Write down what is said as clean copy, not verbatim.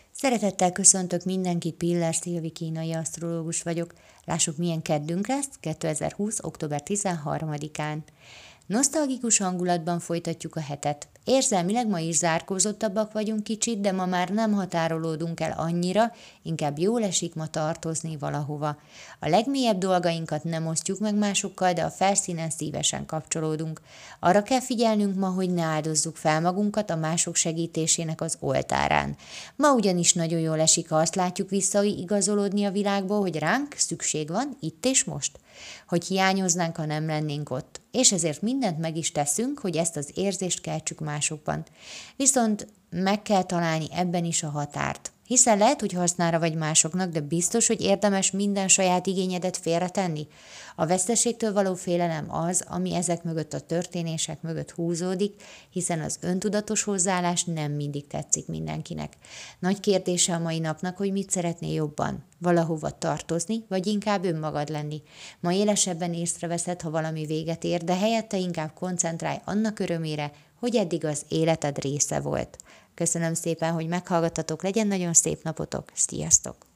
Szeretettel köszöntök mindenkit, Piller Szilvi kínai asztrológus vagyok. Lássuk, milyen keddünk lesz 2020. október 13-án. Nosztalgikus hangulatban folytatjuk a hetet. Érzelmileg ma is zárkózottabbak vagyunk kicsit, de ma már nem határolódunk el annyira, inkább jól esik ma tartozni valahova. A legmélyebb dolgainkat nem osztjuk meg másokkal, de a felszínen szívesen kapcsolódunk. Arra kell figyelnünk ma, hogy ne áldozzuk fel magunkat a mások segítésének az oltárán. Ma ugyanis nagyon jól esik, ha azt látjuk visszaigazolódni a világból, hogy ránk szükség van itt és most. Hogy hiányoznánk, ha nem lennénk ott. És ezért mindent meg is teszünk, hogy ezt az érzést keltsük másokban. Viszont meg kell találni ebben is a határt. Hiszen lehet, hogy hasznára vagy másoknak, de biztos, hogy érdemes minden saját igényedet félretenni. A veszteségtől való félelem az, ami ezek mögött a történések mögött húzódik, hiszen az öntudatos hozzáállás nem mindig tetszik mindenkinek. Nagy kérdése a mai napnak, hogy mit szeretnél jobban. Valahova tartozni, vagy inkább önmagad lenni. Ma élesebben észreveszed, ha valami véget ér, de helyette inkább koncentrálj annak örömére, hogy eddig az életed része volt. Köszönöm szépen, hogy meghallgattatok, legyen nagyon szép napotok, sziasztok!